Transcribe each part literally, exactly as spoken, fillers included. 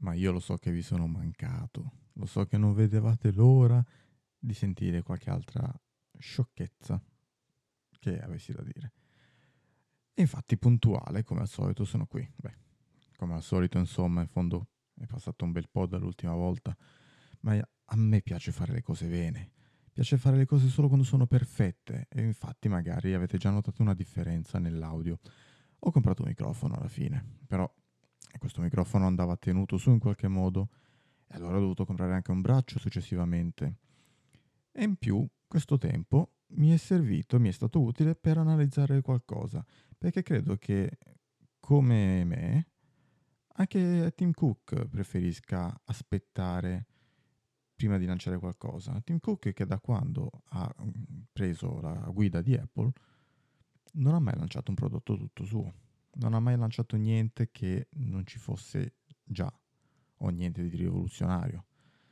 ma io lo so che vi sono mancato. Lo so che non vedevate l'ora di sentire qualche altra sciocchezza che avessi da dire. E infatti puntuale, come al solito, sono qui. Beh, come al solito, insomma, in fondo è passato un bel po' dall'ultima volta, ma a me piace fare le cose bene. Piace fare le cose solo quando sono perfette e infatti magari avete già notato una differenza nell'audio. Ho comprato un microfono alla fine, però questo microfono andava tenuto su in qualche modo e allora ho dovuto comprare anche un braccio successivamente. E in più questo tempo mi è servito, mi è stato utile per analizzare qualcosa, perché credo che come me anche Tim Cook preferisca aspettare prima di lanciare qualcosa. Tim Cook che da quando ha mm, preso la guida di Apple non ha mai lanciato un prodotto tutto suo, non ha mai lanciato niente che non ci fosse già o niente di rivoluzionario.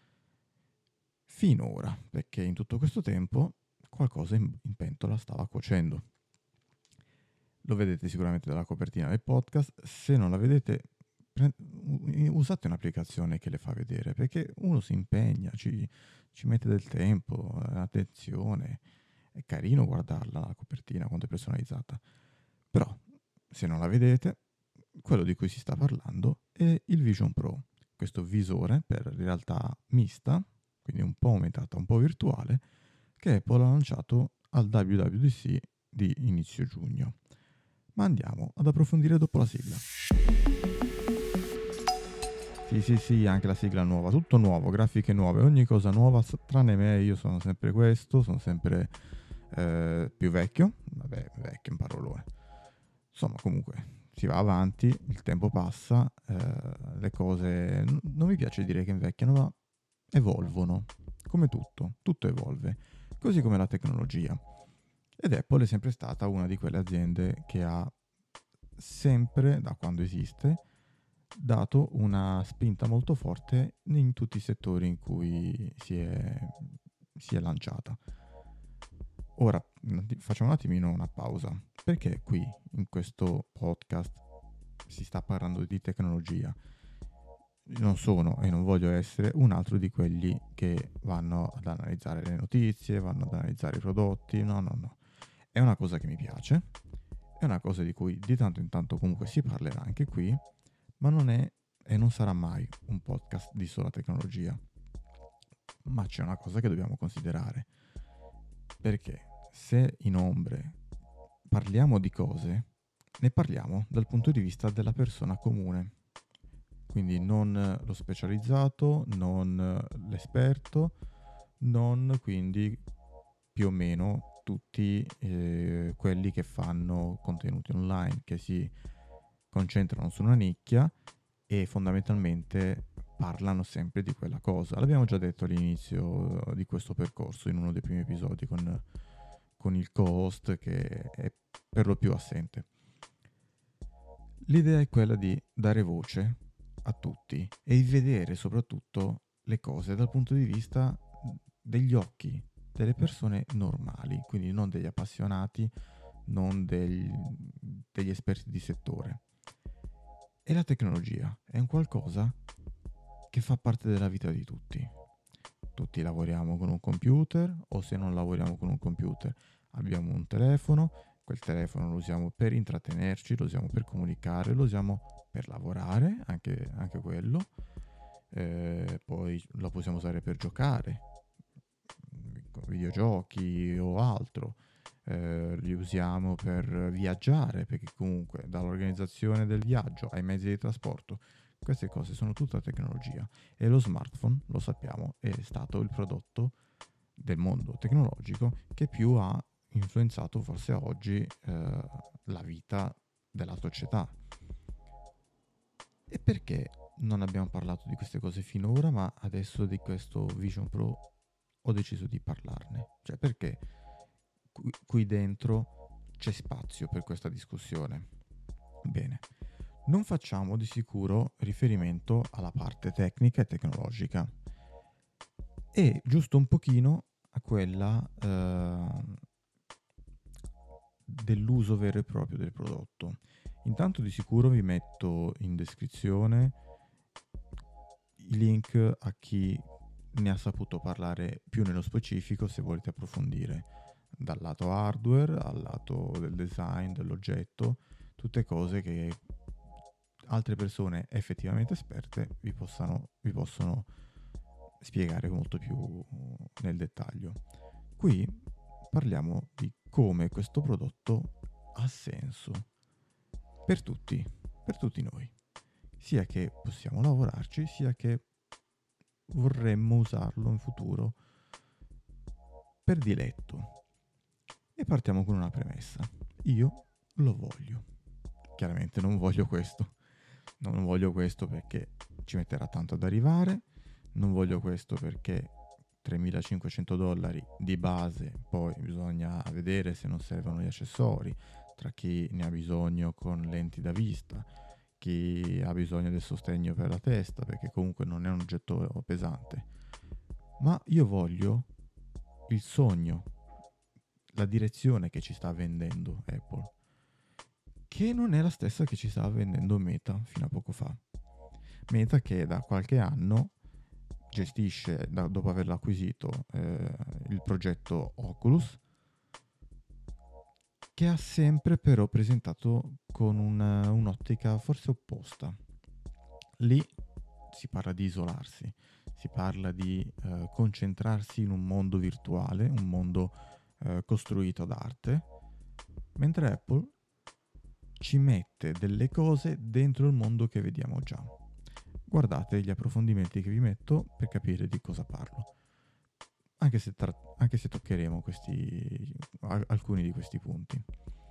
Finora, perché in tutto questo tempo qualcosa in, in pentola stava cuocendo. Lo vedete sicuramente dalla copertina del podcast, se non la vedete pre- usate un'applicazione che le fa vedere, perché uno si impegna, ci, ci mette del tempo, attenzione, è carino guardarla la copertina quando è personalizzata. Però, se non la vedete, quello di cui si sta parlando è il Vision Pro, questo visore per realtà mista, quindi un po' aumentata, un po' virtuale, che Apple ha lanciato al W W D C di inizio giugno. Ma andiamo ad approfondire dopo la sigla. Sì, sì, sì, anche la sigla nuova, tutto nuovo, grafiche nuove, ogni cosa nuova, tranne me, io sono sempre questo, sono sempre eh, più vecchio, vabbè, vecchio è un parolone. Insomma, comunque, si va avanti, il tempo passa, eh, le cose, n- non mi piace dire che invecchiano, ma evolvono, come tutto, tutto evolve, così come la tecnologia. Ed Apple è sempre stata una di quelle aziende che ha sempre, da quando esiste, dato una spinta molto forte in tutti i settori in cui si è, si è lanciata. Ora facciamo un attimino una pausa, perché qui in questo podcast si sta parlando di tecnologia. Non sono e non voglio essere un altro di quelli che vanno ad analizzare le notizie, vanno ad analizzare i prodotti, no, no, no. È una cosa che mi piace, è una cosa di cui di tanto in tanto comunque si parlerà anche qui, ma non è e non sarà mai un podcast di sola tecnologia. Ma c'è una cosa che dobbiamo considerare, perché se in ombre parliamo di cose, ne parliamo dal punto di vista della persona comune. Quindi non lo specializzato, non l'esperto, non quindi più o meno tutti eh, quelli che fanno contenuti online, che si concentrano su una nicchia e fondamentalmente parlano sempre di quella cosa. L'abbiamo già detto all'inizio di questo percorso, in uno dei primi episodi, con, con il co-host che è per lo più assente. L'idea è quella di dare voce a tutti e di vedere soprattutto le cose dal punto di vista degli occhi delle persone normali, quindi non degli appassionati, non degli, degli esperti di settore. E la tecnologia è un qualcosa che fa parte della vita di tutti. Tutti lavoriamo con un computer o se non lavoriamo con un computer abbiamo un telefono, quel telefono lo usiamo per intrattenerci, lo usiamo per comunicare, lo usiamo per lavorare, anche, anche quello, eh, poi lo possiamo usare per giocare, videogiochi o altro, eh, li usiamo per viaggiare, perché comunque dall'organizzazione del viaggio ai mezzi di trasporto, queste cose sono tutta tecnologia e lo smartphone, lo sappiamo, è stato il prodotto del mondo tecnologico che più ha influenzato forse oggi eh, la vita della società. E perché non abbiamo parlato di queste cose finora, ma adesso di questo Vision Pro ho deciso di parlarne? Cioè perché qui, qui dentro c'è spazio per questa discussione? Bene, non facciamo di sicuro riferimento alla parte tecnica e tecnologica e giusto un pochino a quella eh, dell'uso vero e proprio del prodotto. Intanto di sicuro vi metto in descrizione i link a chi ne ha saputo parlare più nello specifico, se volete approfondire dal lato hardware al lato del design, dell'oggetto, tutte cose che altre persone effettivamente esperte vi possano, vi possono spiegare molto più nel dettaglio. Qui parliamo di come questo prodotto ha senso per tutti, per tutti noi, sia che possiamo lavorarci, sia che vorremmo usarlo in futuro per diletto. E partiamo con una premessa: io lo voglio. Chiaramente non voglio questo, non voglio questo perché ci metterà tanto ad arrivare, non voglio questo perché tremilacinquecento dollari di base, poi bisogna vedere se non servono gli accessori, tra chi ne ha bisogno con lenti da vista, chi ha bisogno del sostegno per la testa, perché comunque non è un oggetto pesante. Ma io voglio il sogno, la direzione che ci sta vendendo Apple, che non è la stessa che ci stava vendendo Meta fino a poco fa. Meta che da qualche anno gestisce, da, dopo averlo acquisito, eh, il progetto Oculus, che ha sempre però presentato con una, un'ottica forse opposta. Lì si parla di isolarsi, si parla di eh, concentrarsi in un mondo virtuale, un mondo eh, costruito d'arte, mentre Apple ci mette delle cose dentro il mondo che vediamo già. Guardate gli approfondimenti che vi metto per capire di cosa parlo, anche se, tra- anche se toccheremo questi, a- alcuni di questi punti.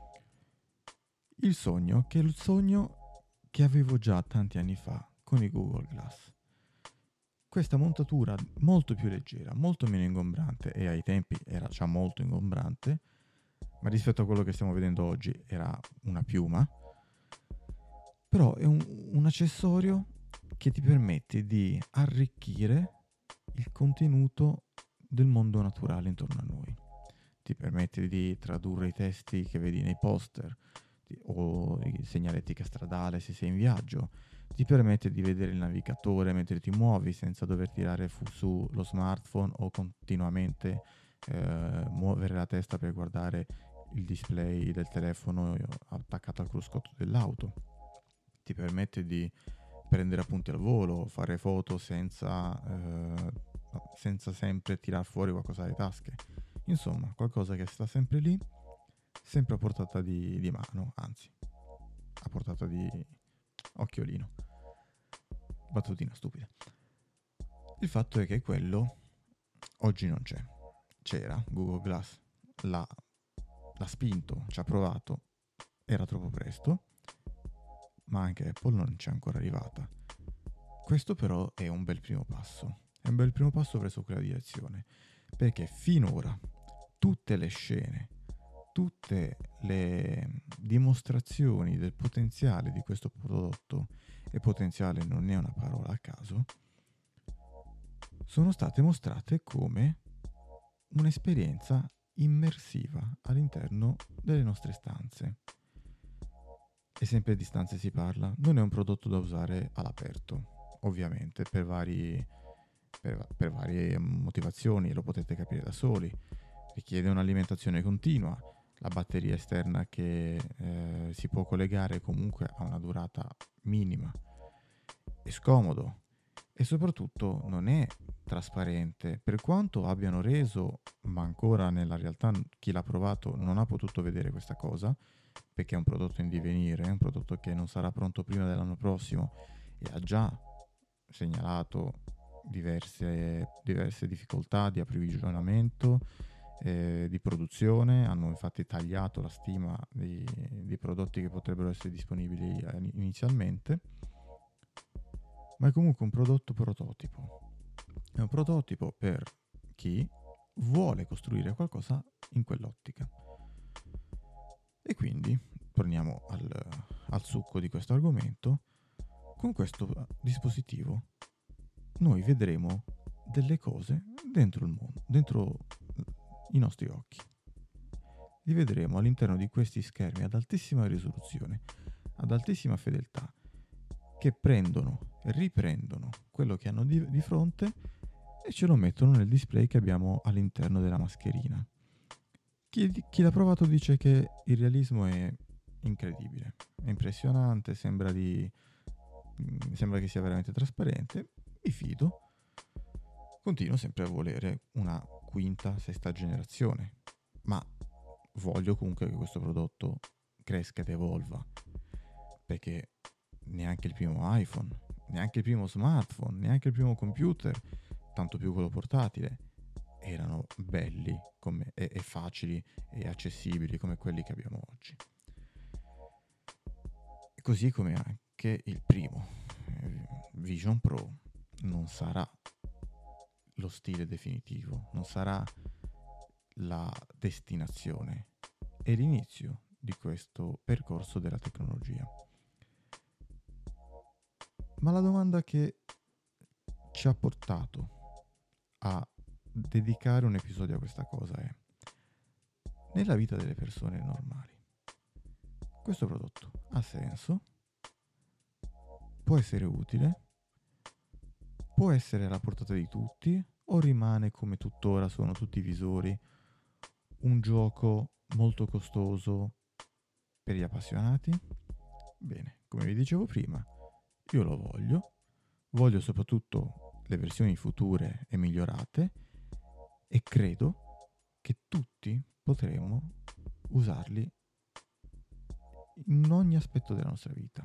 Il sogno, che è il sogno che avevo già tanti anni fa con i Google Glass. Questa montatura molto più leggera, molto meno ingombrante, e ai tempi era già molto ingombrante, ma rispetto a quello che stiamo vedendo oggi era una piuma, però è un, un accessorio che ti permette di arricchire il contenuto del mondo naturale intorno a noi. Ti permette di tradurre i testi che vedi nei poster o i segnaletica stradale se sei in viaggio. Ti permette di vedere il navigatore mentre ti muovi senza dover tirare fu- su lo smartphone o continuamente eh, muovere la testa per guardare il display del telefono attaccato al cruscotto dell'auto. Ti permette di prendere appunti al volo, fare foto senza, eh, senza sempre tirar fuori qualcosa dalle tasche. Insomma, qualcosa che sta sempre lì, sempre a portata di, di mano, anzi, a portata di occhiolino. Battutina stupida. Il fatto è che quello oggi non c'è. C'era, Google Glass l'ha, l'ha spinto, ci ha provato, era troppo presto, ma anche Apple non c'è ancora arrivata. Questo però è un bel primo passo, è un bel primo passo verso quella direzione, perché finora tutte le scene, tutte le dimostrazioni del potenziale di questo prodotto, e potenziale non è una parola a caso, sono state mostrate come un'esperienza immersiva all'interno delle nostre stanze. E sempre di stanze si parla, non è un prodotto da usare all'aperto, ovviamente, per, vari, per, per varie motivazioni, lo potete capire da soli. Richiede un'alimentazione continua, la batteria esterna che eh, si può collegare comunque a una durata minima, è scomodo e soprattutto non è trasparente, per quanto abbiano reso, ma ancora nella realtà chi l'ha provato non ha potuto vedere questa cosa, perché è un prodotto in divenire, è un prodotto che non sarà pronto prima dell'anno prossimo e ha già segnalato diverse, diverse difficoltà di approvvigionamento, eh, di produzione. Hanno infatti tagliato la stima di, di prodotti che potrebbero essere disponibili inizialmente, ma è comunque un prodotto prototipo. È un prototipo per chi vuole costruire qualcosa in quell'ottica. E quindi torniamo al, al succo di questo argomento. Con questo dispositivo noi vedremo delle cose dentro il mondo, dentro i nostri occhi. Li vedremo all'interno di questi schermi ad altissima risoluzione, ad altissima fedeltà, che prendono, riprendono quello che hanno di, di fronte e ce lo mettono nel display che abbiamo all'interno della mascherina. Chi, chi l'ha provato dice che il realismo è incredibile, è impressionante, sembra, di, mh, sembra che sia veramente trasparente. Mi fido, continuo sempre a volere una quinta, sesta generazione, ma voglio comunque che questo prodotto cresca ed evolva, perché neanche il primo iPhone, neanche il primo smartphone, neanche il primo computer, tanto più quello portatile, erano belli come, e, e facili e accessibili come quelli che abbiamo oggi. Così come anche il primo eh, Vision Pro non sarà lo stile definitivo, non sarà la destinazione, è l'inizio di questo percorso della tecnologia. Ma la domanda che ci ha portato a dedicare un episodio a questa cosa è: nella vita delle persone normali, questo prodotto ha senso? Può essere utile? Può essere alla portata di tutti? O rimane, come tuttora sono tutti i visori, un gioco molto costoso per gli appassionati? Bene, come vi dicevo prima, io lo voglio, voglio soprattutto le versioni future e migliorate, e credo che tutti potremo usarli in ogni aspetto della nostra vita.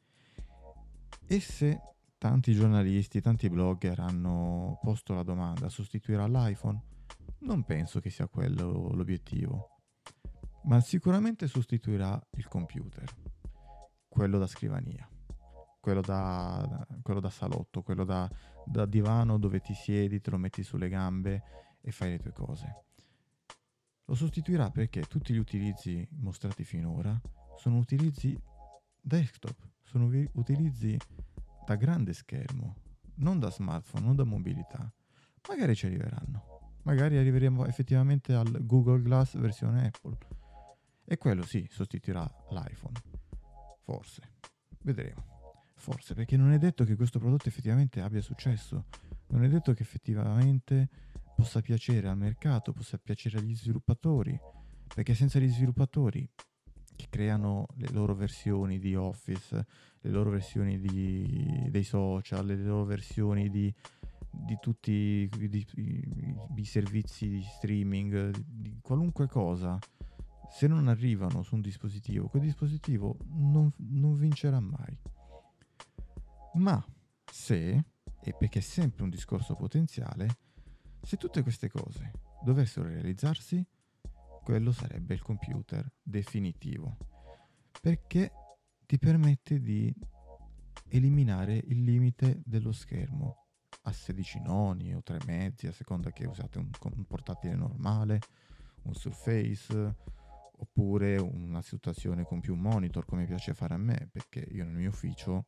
E se tanti giornalisti, tanti blogger hanno posto la domanda: sostituirà l'iPhone? Non penso che sia quello l'obiettivo, ma sicuramente sostituirà il computer, quello da scrivania, quello da, quello da salotto, quello da, da divano dove ti siedi, te lo metti sulle gambe e fai le tue cose. Lo sostituirà perché tutti gli utilizzi mostrati finora sono utilizzi desktop, sono utilizzi da grande schermo, non da smartphone, non da mobilità. Magari ci arriveranno, magari arriveremo effettivamente al Google Glass versione Apple, e quello sì, sostituirà l'iPhone, forse, vedremo, forse, perché non è detto che questo prodotto effettivamente abbia successo, non è detto che effettivamente possa piacere al mercato, possa piacere agli sviluppatori, perché senza gli sviluppatori che creano le loro versioni di Office, le loro versioni di, dei social, le loro versioni di, di tutti i, di, i, i servizi di streaming, di, di qualunque cosa, se non arrivano su un dispositivo, quel dispositivo non, non vincerà mai. Ma se, e perché è sempre un discorso potenziale, se tutte queste cose dovessero realizzarsi, quello sarebbe il computer definitivo, perché ti permette di eliminare il limite dello schermo a sedici noni o tre mezzi, a seconda che usate un, un portatile normale, un Surface, oppure una situazione con più monitor, come piace fare a me, perché io nel mio ufficio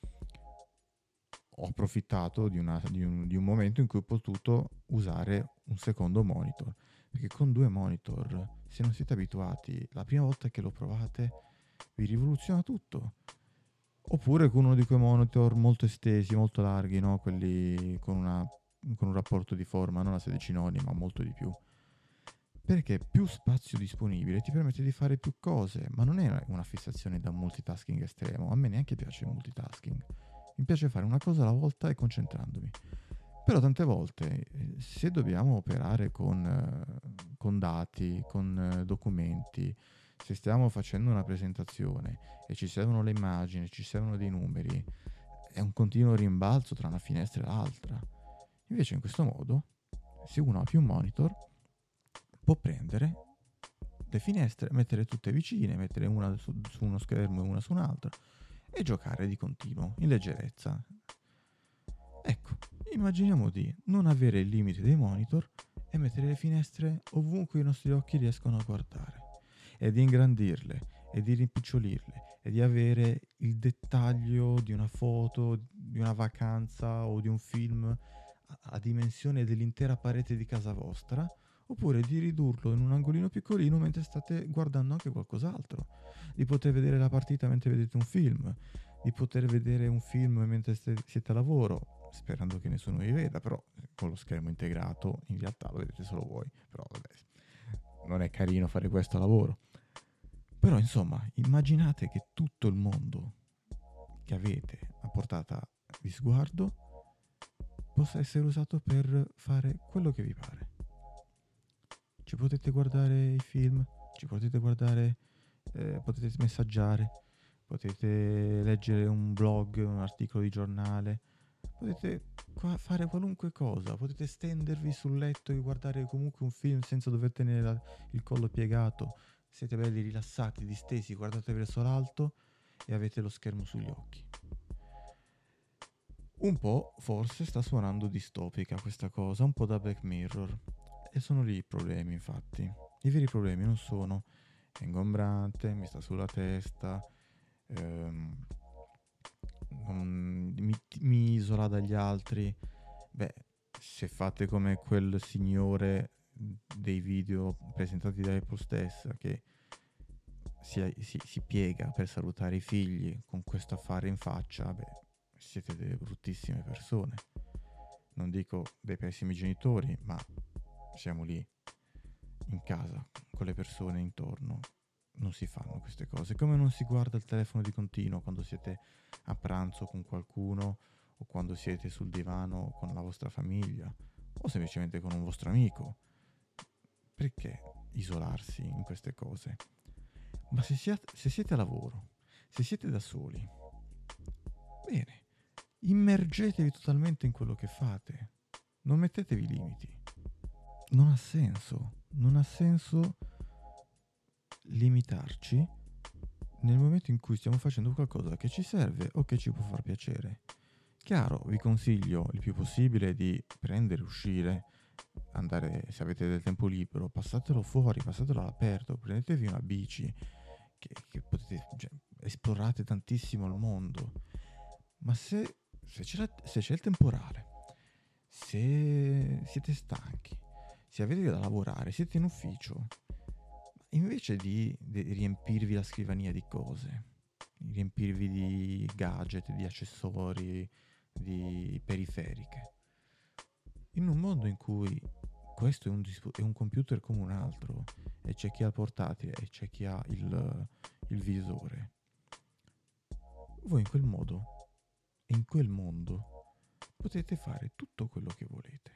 ho approfittato di, una, di, un, di un momento in cui ho potuto usare un secondo monitor, perché con due monitor, se non siete abituati, la prima volta che lo provate vi rivoluziona tutto. Oppure con uno di quei monitor molto estesi, molto larghi, no? Quelli con, una, con un rapporto di forma non a sedici noni, ma molto di più, perché più spazio disponibile ti permette di fare più cose, ma non è una fissazione da multitasking estremo. A me neanche piace il multitasking, mi piace fare una cosa alla volta e concentrandomi. Però tante volte, se dobbiamo operare con, eh, con dati, con eh, documenti, se stiamo facendo una presentazione e ci servono le immagini, ci servono dei numeri, è un continuo rimbalzo tra una finestra e l'altra. Invece in questo modo, se uno ha più monitor, può prendere le finestre, mettere tutte vicine, mettere una su, su uno schermo e una su un altro, e giocare di continuo, in leggerezza. Ecco, immaginiamo di non avere il limite dei monitor e mettere le finestre ovunque i nostri occhi riescono a guardare, e di ingrandirle, e di rimpicciolirle, e di avere il dettaglio di una foto, di una vacanza o di un film a, a dimensione dell'intera parete di casa vostra, oppure di ridurlo in un angolino piccolino mentre state guardando anche qualcos'altro, di poter vedere la partita mentre vedete un film, di poter vedere un film mentre ste- siete a lavoro, sperando che nessuno vi veda, però con lo schermo integrato in realtà lo vedete solo voi, però vabbè, non è carino fare questo a lavoro. Però insomma, immaginate che tutto il mondo che avete a portata di sguardo possa essere usato per fare quello che vi pare. Ci potete guardare i film, ci potete guardare, eh, potete messaggiare, potete leggere un blog, un articolo di giornale, potete qua- fare qualunque cosa, potete stendervi sul letto e guardare comunque un film senza dover tenere la- il collo piegato, siete belli rilassati, distesi, guardate verso l'alto e avete lo schermo sugli occhi. Un po' forse sta suonando distopica questa cosa, un po' da Black Mirror. E sono lì i problemi, infatti. I veri problemi non sono è ingombrante, mi sta sulla testa, ehm, non- mi, mi isola dagli altri. Beh, se fate come quel signore dei video presentati da Apple stessa che si, si, si piega per salutare i figli con questo affare in faccia, beh, siete delle bruttissime persone. Non dico dei pessimi genitori, ma siamo lì in casa con le persone intorno. Non si fanno queste cose. Come non si guarda il telefono di continuo quando siete a pranzo con qualcuno o quando siete sul divano con la vostra famiglia o semplicemente con un vostro amico. Perché isolarsi in queste cose? Ma se siete, se siete a lavoro, se siete da soli, bene, immergetevi totalmente in quello che fate. Non mettetevi limiti. Non ha senso. Non ha senso limitarci nel momento in cui stiamo facendo qualcosa che ci serve o che ci può far piacere. Chiaro, vi consiglio il più possibile di prendere, uscire, andare, se avete del tempo libero, passatelo fuori, passatelo all'aperto, prendetevi una bici, che, che potete, cioè, esplorate tantissimo il mondo. Ma se, se, c'è la- se c'è il temporale, se siete stanchi, se avete da lavorare, siete in ufficio, invece di, di riempirvi la scrivania di cose, di riempirvi di gadget, di accessori, di periferiche, in un mondo in cui questo è un, dispo- è un computer come un altro e c'è chi ha il portatile e c'è chi ha il, il visore, voi in quel modo e in quel mondo potete fare tutto quello che volete.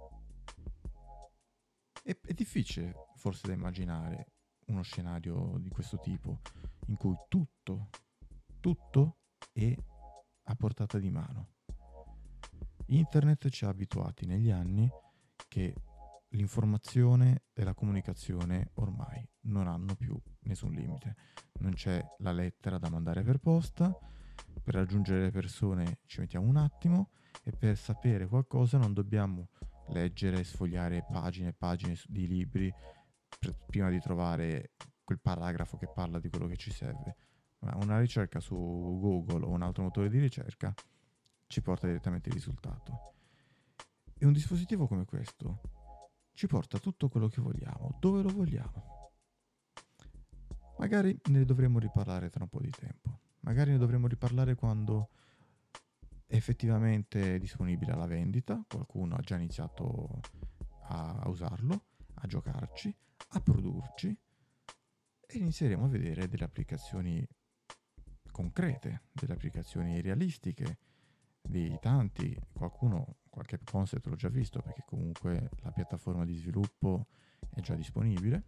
È, è difficile forse da immaginare uno scenario di questo tipo in cui tutto, tutto è a portata di mano. Internet ci ha abituati negli anni che l'informazione e la comunicazione ormai non hanno più nessun limite. Non c'è la lettera da mandare per posta, per raggiungere le persone ci mettiamo un attimo e per sapere qualcosa non dobbiamo leggere, sfogliare pagine e pagine di libri pr- prima di trovare quel paragrafo che parla di quello che ci serve. Ma una ricerca su Google o un altro motore di ricerca ci porta direttamente il risultato. E un dispositivo come questo ci porta tutto quello che vogliamo, dove lo vogliamo. Magari ne dovremmo riparlare tra un po' di tempo. Magari ne dovremmo riparlare quando è effettivamente disponibile alla vendita, qualcuno ha già iniziato a usarlo, a giocarci, a produrci e inizieremo a vedere delle applicazioni concrete, delle applicazioni realistiche di tanti, qualcuno, qualche concept l'ho già visto perché comunque la piattaforma di sviluppo è già disponibile,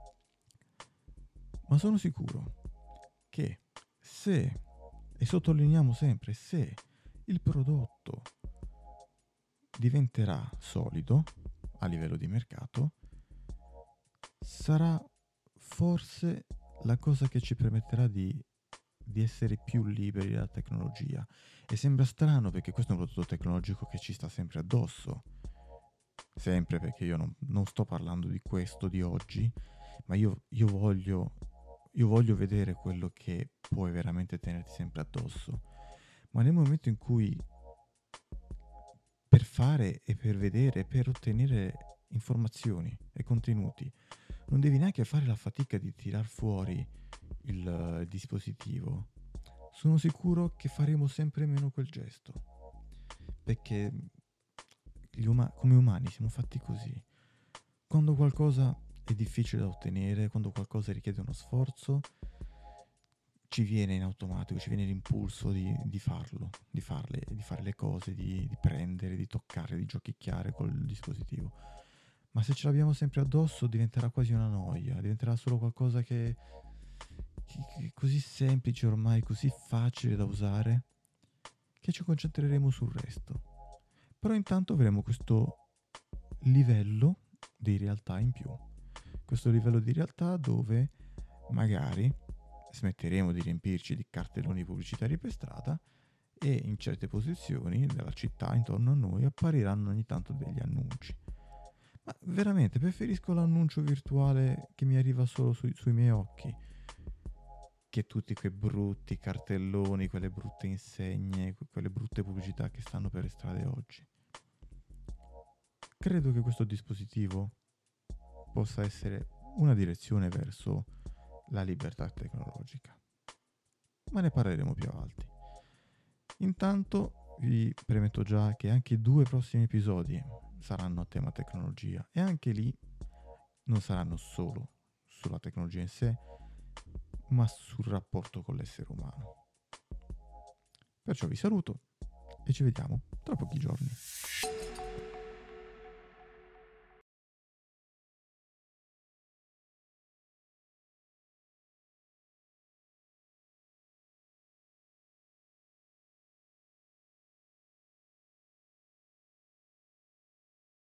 ma sono sicuro che se, e sottolineiamo sempre se, il prodotto diventerà solido a livello di mercato, sarà forse la cosa che ci permetterà di, di essere più liberi dalla tecnologia. E sembra strano perché questo è un prodotto tecnologico che ci sta sempre addosso. Sempre perché io non, non sto parlando di questo di oggi, ma io, io, voglio, io voglio vedere quello che puoi veramente tenerti sempre addosso. Ma nel momento in cui per fare e per vedere, per ottenere informazioni e contenuti, non devi neanche fare la fatica di tirar fuori il uh, dispositivo. sono sicuro che faremo sempre meno quel gesto, perché gli uma- come umani siamo fatti così. Quando qualcosa è difficile da ottenere, quando qualcosa richiede uno sforzo, ci viene in automatico, ci viene l'impulso di, di farlo, di farle, di fare le cose, di, di prendere, di toccare, di giochicchiare col dispositivo. Ma se ce l'abbiamo sempre addosso diventerà quasi una noia, diventerà solo qualcosa che, che, che è così semplice ormai, così facile da usare, che ci concentreremo sul resto. Però intanto avremo questo livello di realtà in più. Questo livello di realtà dove magari smetteremo di riempirci di cartelloni pubblicitari per strada e in certe posizioni della città intorno a noi appariranno ogni tanto degli annunci. Ma veramente preferisco l'annuncio virtuale che mi arriva solo sui, sui miei occhi che tutti quei brutti cartelloni, quelle brutte insegne, quelle brutte pubblicità che stanno per le strade oggi. Credo che questo dispositivo possa essere una direzione verso la libertà tecnologica, ma ne parleremo più avanti. Intanto vi premetto già che anche i due prossimi episodi saranno a tema tecnologia e anche lì non saranno solo sulla tecnologia in sé, ma sul rapporto con l'essere umano. Perciò vi saluto e ci vediamo tra pochi giorni.